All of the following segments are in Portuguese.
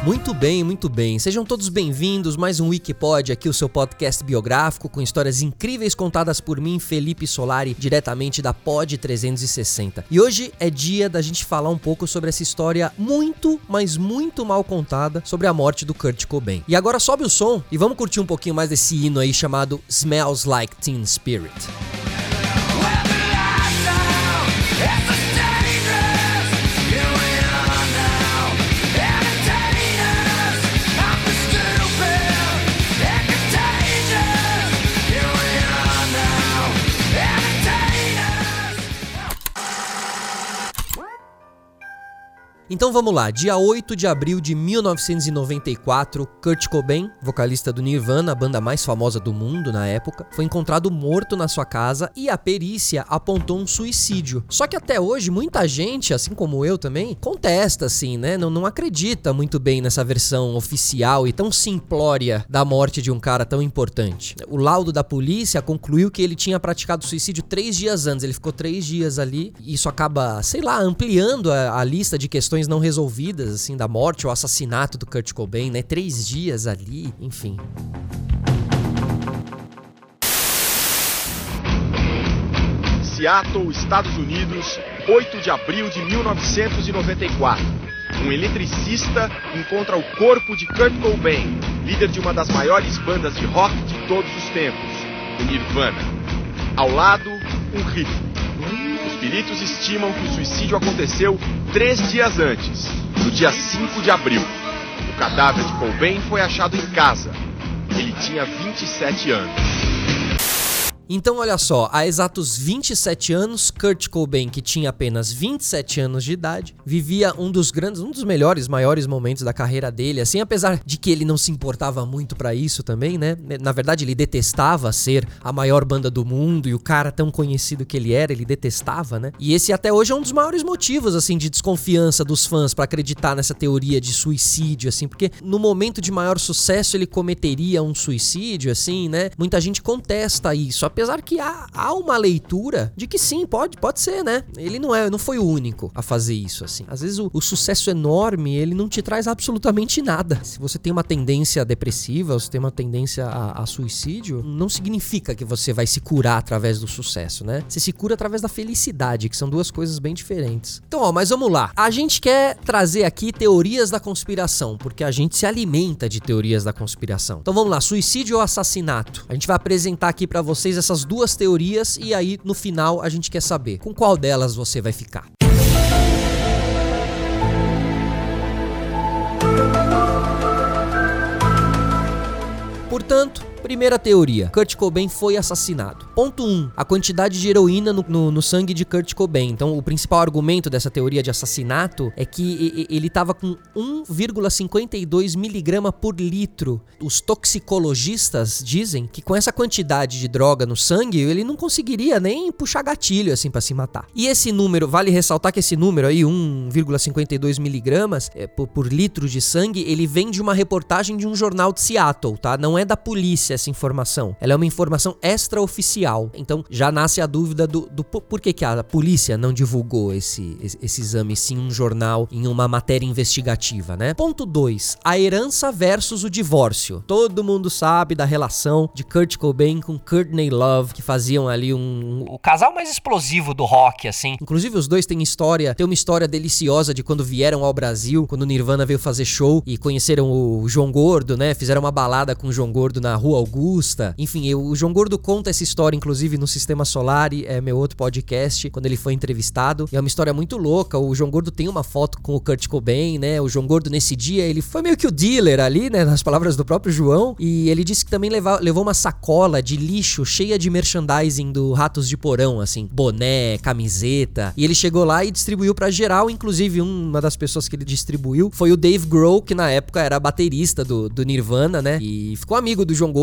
Muito bem, muito bem. Sejam todos bem-vindos, mais um Wikipod, aqui o seu podcast biográfico com histórias incríveis contadas por mim, Felipe Solari, diretamente da Pod 360. E hoje é dia da gente falar um pouco sobre essa história muito, mas muito mal contada sobre a morte do Kurt Cobain. E agora sobe o som e vamos curtir um pouquinho mais desse hino aí chamado Smells Like Teen Spirit. Então vamos lá, dia 8 de abril de 1994, Kurt Cobain, vocalista do Nirvana, a banda mais famosa do mundo na época, foi encontrado morto na sua casa e a perícia apontou um suicídio. Só que até hoje muita gente, assim como eu também, contesta assim, né? Não acredita muito bem nessa versão oficial e tão simplória da morte de um cara tão importante. O laudo da polícia concluiu que ele tinha praticado suicídio 3 dias antes, ele ficou 3 dias ali e isso acaba, sei lá, ampliando a lista de questões não resolvidas, assim, da morte ou assassinato do Kurt Cobain, né? 3 dias ali, enfim. Seattle, Estados Unidos, 8 de abril de 1994. Um eletricista encontra o corpo de Kurt Cobain, líder de uma das maiores bandas de rock de todos os tempos, o Nirvana. Ao lado, um rifle. Os peritos estimam que o suicídio aconteceu 3 dias antes, no dia 5 de abril. O cadáver de Cobain foi achado em casa. Ele tinha 27 anos. Então olha só, há exatos 27 anos, Kurt Cobain, que tinha apenas 27 anos de idade, vivia um dos maiores momentos da carreira dele, assim, apesar de que ele não se importava muito pra isso também, né? Na verdade, ele detestava ser a maior banda do mundo e o cara tão conhecido que ele era, ele detestava, né? E esse até hoje é um dos maiores motivos, assim, de desconfiança dos fãs pra acreditar nessa teoria de suicídio, assim, porque no momento de maior sucesso ele cometeria um suicídio, assim, né? Muita gente contesta isso, apesar que há uma leitura de que sim, pode ser, né? Ele não foi o único a fazer isso, assim. Às vezes o sucesso enorme, ele não te traz absolutamente nada. Se você tem uma tendência depressiva, se tem uma tendência a suicídio, não significa que você vai se curar através do sucesso, né? Você se cura através da felicidade, que são duas coisas bem diferentes. Então, mas vamos lá. A gente quer trazer aqui teorias da conspiração, porque a gente se alimenta de teorias da conspiração. Então vamos lá, suicídio ou assassinato? A gente vai apresentar aqui pra vocês essas duas teorias e aí no final a gente quer saber com qual delas você vai ficar. Portanto, primeira teoria, Kurt Cobain foi assassinado. Ponto 1. A quantidade de heroína no sangue de Kurt Cobain. Então, o principal argumento dessa teoria de assassinato é que ele estava com 1,52 miligrama por litro. Os toxicologistas dizem que com essa quantidade de droga no sangue, ele não conseguiria nem puxar gatilho assim para se matar. E esse número, vale ressaltar que esse número aí, 1,52 miligramas por litro de sangue, ele vem de uma reportagem de um jornal de Seattle, tá? Não é da polícia essa informação. Ela é uma informação extraoficial. Então já nasce a dúvida do por que a polícia não divulgou esse exame sim em um jornal, em uma matéria investigativa, né? Ponto 2. A herança versus o divórcio. Todo mundo sabe da relação de Kurt Cobain com Courtney Love, que faziam ali o casal mais explosivo do rock, assim. Inclusive os dois têm uma história deliciosa de quando vieram ao Brasil, quando o Nirvana veio fazer show e conheceram o João Gordo, né? Fizeram uma balada com o João Gordo na Rua Augusta. Enfim, o João Gordo conta essa história, inclusive, no Sistema Solari, é meu outro podcast, quando ele foi entrevistado. E é uma história muito louca. O João Gordo tem uma foto com o Kurt Cobain, né? O João Gordo, nesse dia, ele foi meio que o dealer ali, né? Nas palavras do próprio João. E ele disse que também levou uma sacola de lixo cheia de merchandising do Ratos de Porão, assim. Boné, camiseta. E ele chegou lá e distribuiu pra geral. Inclusive, uma das pessoas que ele distribuiu foi o Dave Grohl, que na época era baterista do Nirvana, né? E ficou amigo do João Gordo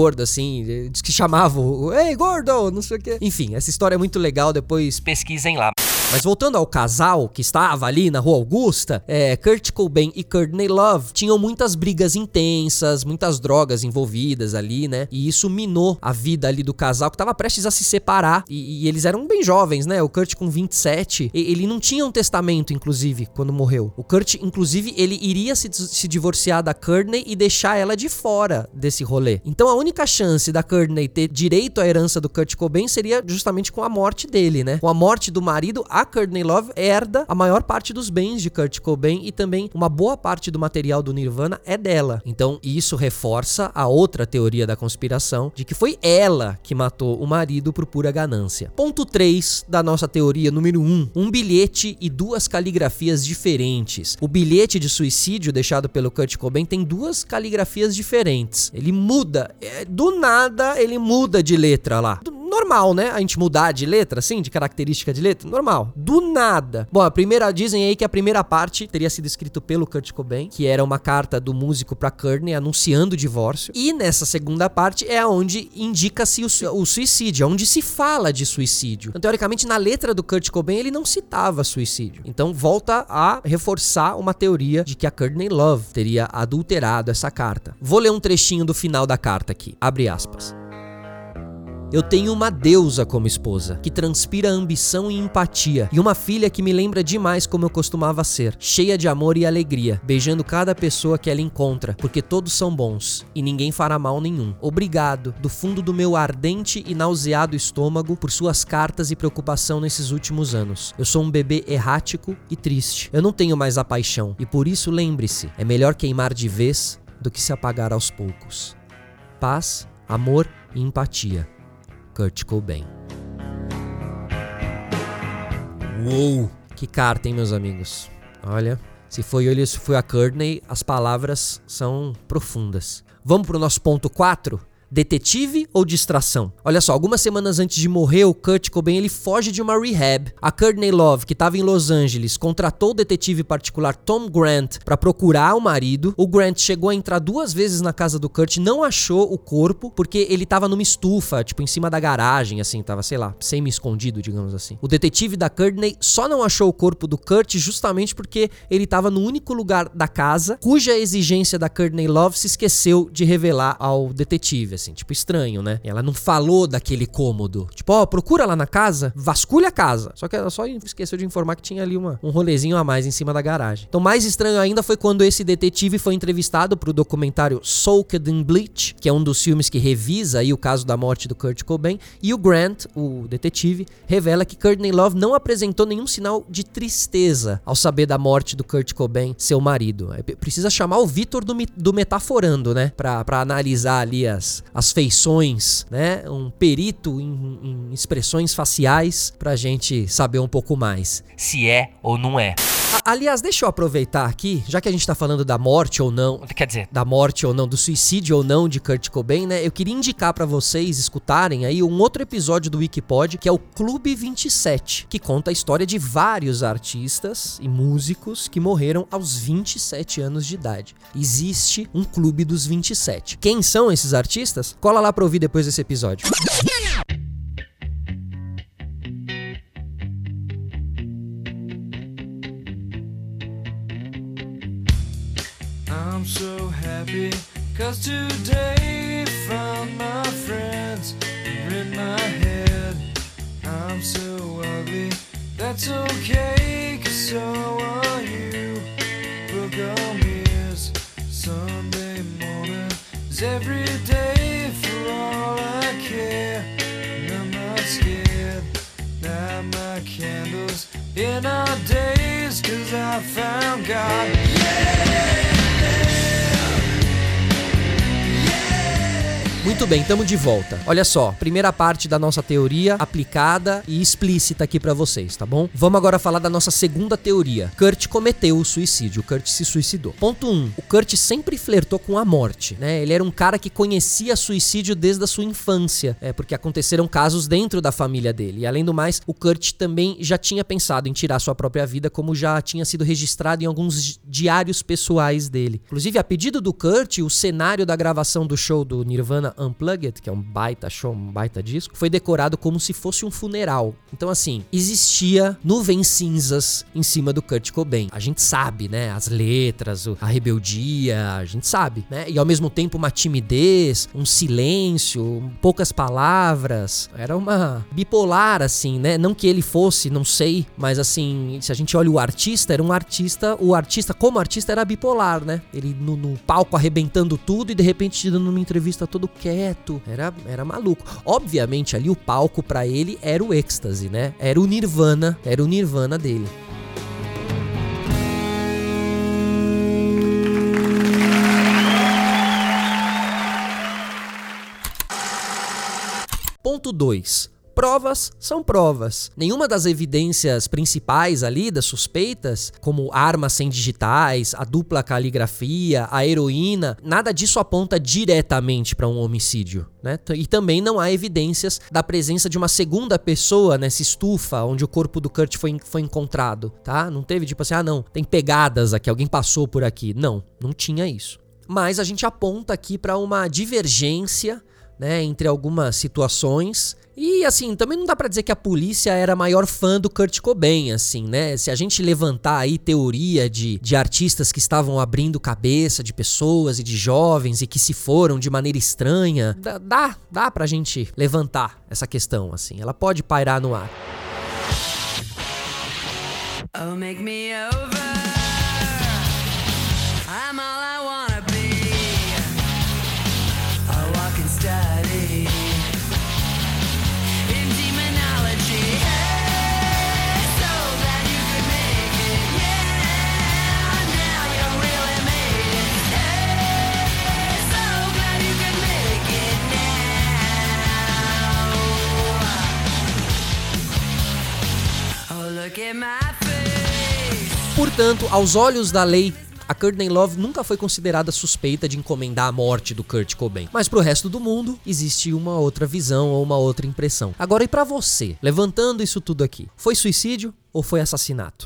gordo, assim, diz que chamava o "Ei, gordo", não sei o quê. Enfim, essa história é muito legal, depois pesquisem lá. Mas voltando ao casal que estava ali na Rua Augusta, Kurt Cobain e Courtney Love tinham muitas brigas intensas, muitas drogas envolvidas ali, né? E isso minou a vida ali do casal, que estava prestes a se separar. E eles eram bem jovens, né? O Kurt com 27, ele não tinha um testamento, inclusive, quando morreu. O Kurt, inclusive, ele iria se divorciar da Courtney e deixar ela de fora desse rolê. Então a única chance da Courtney ter direito à herança do Kurt Cobain seria justamente com a morte dele, né? Com a morte do marido, a Courtney Love herda a maior parte dos bens de Kurt Cobain e também uma boa parte do material do Nirvana é dela. Então isso reforça a outra teoria da conspiração de que foi ela que matou o marido por pura ganância. Ponto 3 da nossa teoria número 1. Um bilhete e 2 caligrafias diferentes. O bilhete de suicídio deixado pelo Kurt Cobain tem 2 caligrafias diferentes. Ele muda, do nada ele muda de letra lá. Normal, né? A gente mudar de letra, assim, de característica de letra, normal. Do nada. Bom, dizem aí que a primeira parte teria sido escrito pelo Kurt Cobain, que era uma carta do músico pra Courtney anunciando o divórcio. E nessa segunda parte é onde indica-se o suicídio, onde se fala de suicídio. Então, teoricamente, na letra do Kurt Cobain, ele não citava suicídio. Então, volta a reforçar uma teoria de que a Courtney Love teria adulterado essa carta. Vou ler um trechinho do final da carta aqui. Abre aspas. Eu tenho uma deusa como esposa, que transpira ambição e empatia, e uma filha que me lembra demais como eu costumava ser, cheia de amor e alegria, beijando cada pessoa que ela encontra, porque todos são bons, e ninguém fará mal nenhum. Obrigado, do fundo do meu ardente e nauseado estômago, por suas cartas e preocupação nesses últimos anos. Eu sou um bebê errático e triste. Eu não tenho mais a paixão, e por isso lembre-se, é melhor queimar de vez do que se apagar aos poucos. Paz, amor e empatia. Kurt Cobain. Uou! Que carta, hein, meus amigos? Olha, se foi ele ou se foi a Courtney, as palavras são profundas. Vamos pro nosso ponto 4? Detetive ou distração? Olha só, algumas semanas antes de morrer, o Kurt Cobain ele foge de uma rehab. A Courtney Love, que estava em Los Angeles, contratou o detetive particular Tom Grant para procurar o marido. O Grant chegou a entrar 2 vezes na casa do Kurt, não achou o corpo, porque ele tava numa estufa, tipo em cima da garagem, assim, tava, sei lá, semi-escondido, digamos assim. O detetive da Courtney só não achou o corpo do Kurt justamente porque ele tava no único lugar da casa cuja exigência da Courtney Love se esqueceu de revelar ao detetive, assim, tipo estranho, né? Ela não falou daquele cômodo. Tipo, procura lá na casa, vasculha a casa. Só que ela só esqueceu de informar que tinha ali um rolezinho a mais em cima da garagem. Então, mais estranho ainda foi quando esse detetive foi entrevistado pro documentário Soaked in Bleach, que é um dos filmes que revisa aí o caso da morte do Kurt Cobain, e o Grant, o detetive, revela que Courtney Love não apresentou nenhum sinal de tristeza ao saber da morte do Kurt Cobain, seu marido. Precisa chamar o Vitor do Metaforando, né? Pra analisar ali as feições, né? Um perito em expressões faciais pra gente saber um pouco mais se é ou não é. Aliás, deixa eu aproveitar aqui, já que a gente tá falando da morte ou não, quer dizer, da morte ou não, do suicídio ou não de Kurt Cobain, né? Eu queria indicar pra vocês escutarem aí um outro episódio do Wikipod, que é o Clube 27, que conta a história de vários artistas e músicos que morreram aos 27 anos de idade. Existe um Clube dos 27. Quem são esses artistas? Cola lá pra ouvir depois desse episódio. I'm so happy, 'cause today found my friends are in my head. I'm so ugly, that's okay, 'cause so are you. Book on ears, Sunday morning is every day for all I care. And I'm not scared, light my candles in our days, 'cause I found God. Yeah! Muito bem, estamos de volta. Olha só, primeira parte da nossa teoria aplicada e explícita aqui pra vocês, tá bom? Vamos agora falar da nossa segunda teoria. Kurt cometeu o suicídio, Kurt se suicidou. Ponto 1. O Kurt sempre flertou com a morte, né? Ele era um cara que conhecia suicídio desde a sua infância, porque aconteceram casos dentro da família dele. E além do mais, o Kurt também já tinha pensado em tirar sua própria vida, como já tinha sido registrado em alguns diários pessoais dele. Inclusive, a pedido do Kurt, o cenário da gravação do show do Nirvana Nirvana Unplugged, que é um baita show, um baita disco, foi decorado como se fosse um funeral. Então assim, existia nuvens cinzas em cima do Kurt Cobain. A gente sabe, né, as letras, a rebeldia, a gente sabe, né, e ao mesmo tempo uma timidez, um silêncio, poucas palavras, era uma bipolar assim, né, não que ele fosse, não sei, mas assim, se a gente olha o artista, era um artista, o artista como artista era bipolar, né, ele no palco arrebentando tudo e de repente dando uma entrevista todo quieto, era maluco. Obviamente ali o palco pra ele era o êxtase, né, era o Nirvana dele. Ponto 2. Provas são provas. Nenhuma das evidências principais ali, das suspeitas, como armas sem digitais, a dupla caligrafia, a heroína, nada disso aponta diretamente para um homicídio, né? E também não há evidências da presença de uma segunda pessoa nessa estufa onde o corpo do Kurt foi encontrado, tá? Não teve tipo assim, não, tem pegadas aqui, alguém passou por aqui. Não tinha isso. Mas a gente aponta aqui para uma divergência, né, entre algumas situações. E assim, também não dá pra dizer que a polícia era a maior fã do Kurt Cobain, assim, né? Se a gente levantar aí teoria de artistas que estavam abrindo cabeça de pessoas e de jovens e que se foram de maneira estranha, dá pra gente levantar essa questão, assim. Ela pode pairar no ar. Oh, make me over. I'm all I wanna be. A walking study. Portanto, aos olhos da lei, a Courtney Love nunca foi considerada suspeita de encomendar a morte do Kurt Cobain. Mas pro resto do mundo, existe uma outra visão ou uma outra impressão. Agora, e pra você? Levantando isso tudo aqui, foi suicídio ou foi assassinato?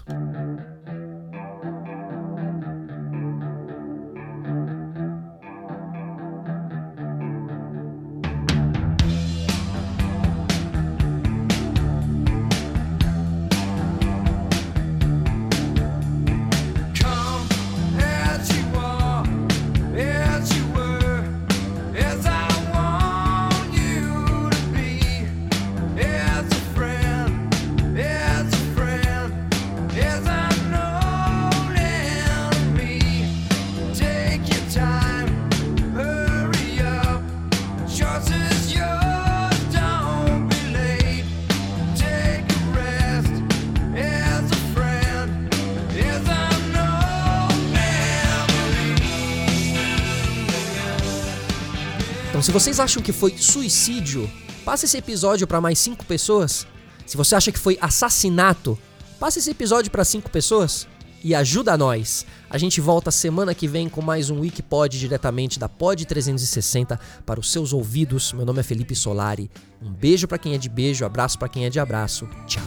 Então, se vocês acham que foi suicídio, passa esse episódio para mais 5 pessoas. Se você acha que foi assassinato, passa esse episódio para 5 pessoas e ajuda nós. A gente volta semana que vem com mais um Wikipod diretamente da Pod 360 para os seus ouvidos. Meu nome é Felipe Solari. Um beijo para quem é de beijo, abraço para quem é de abraço. Tchau.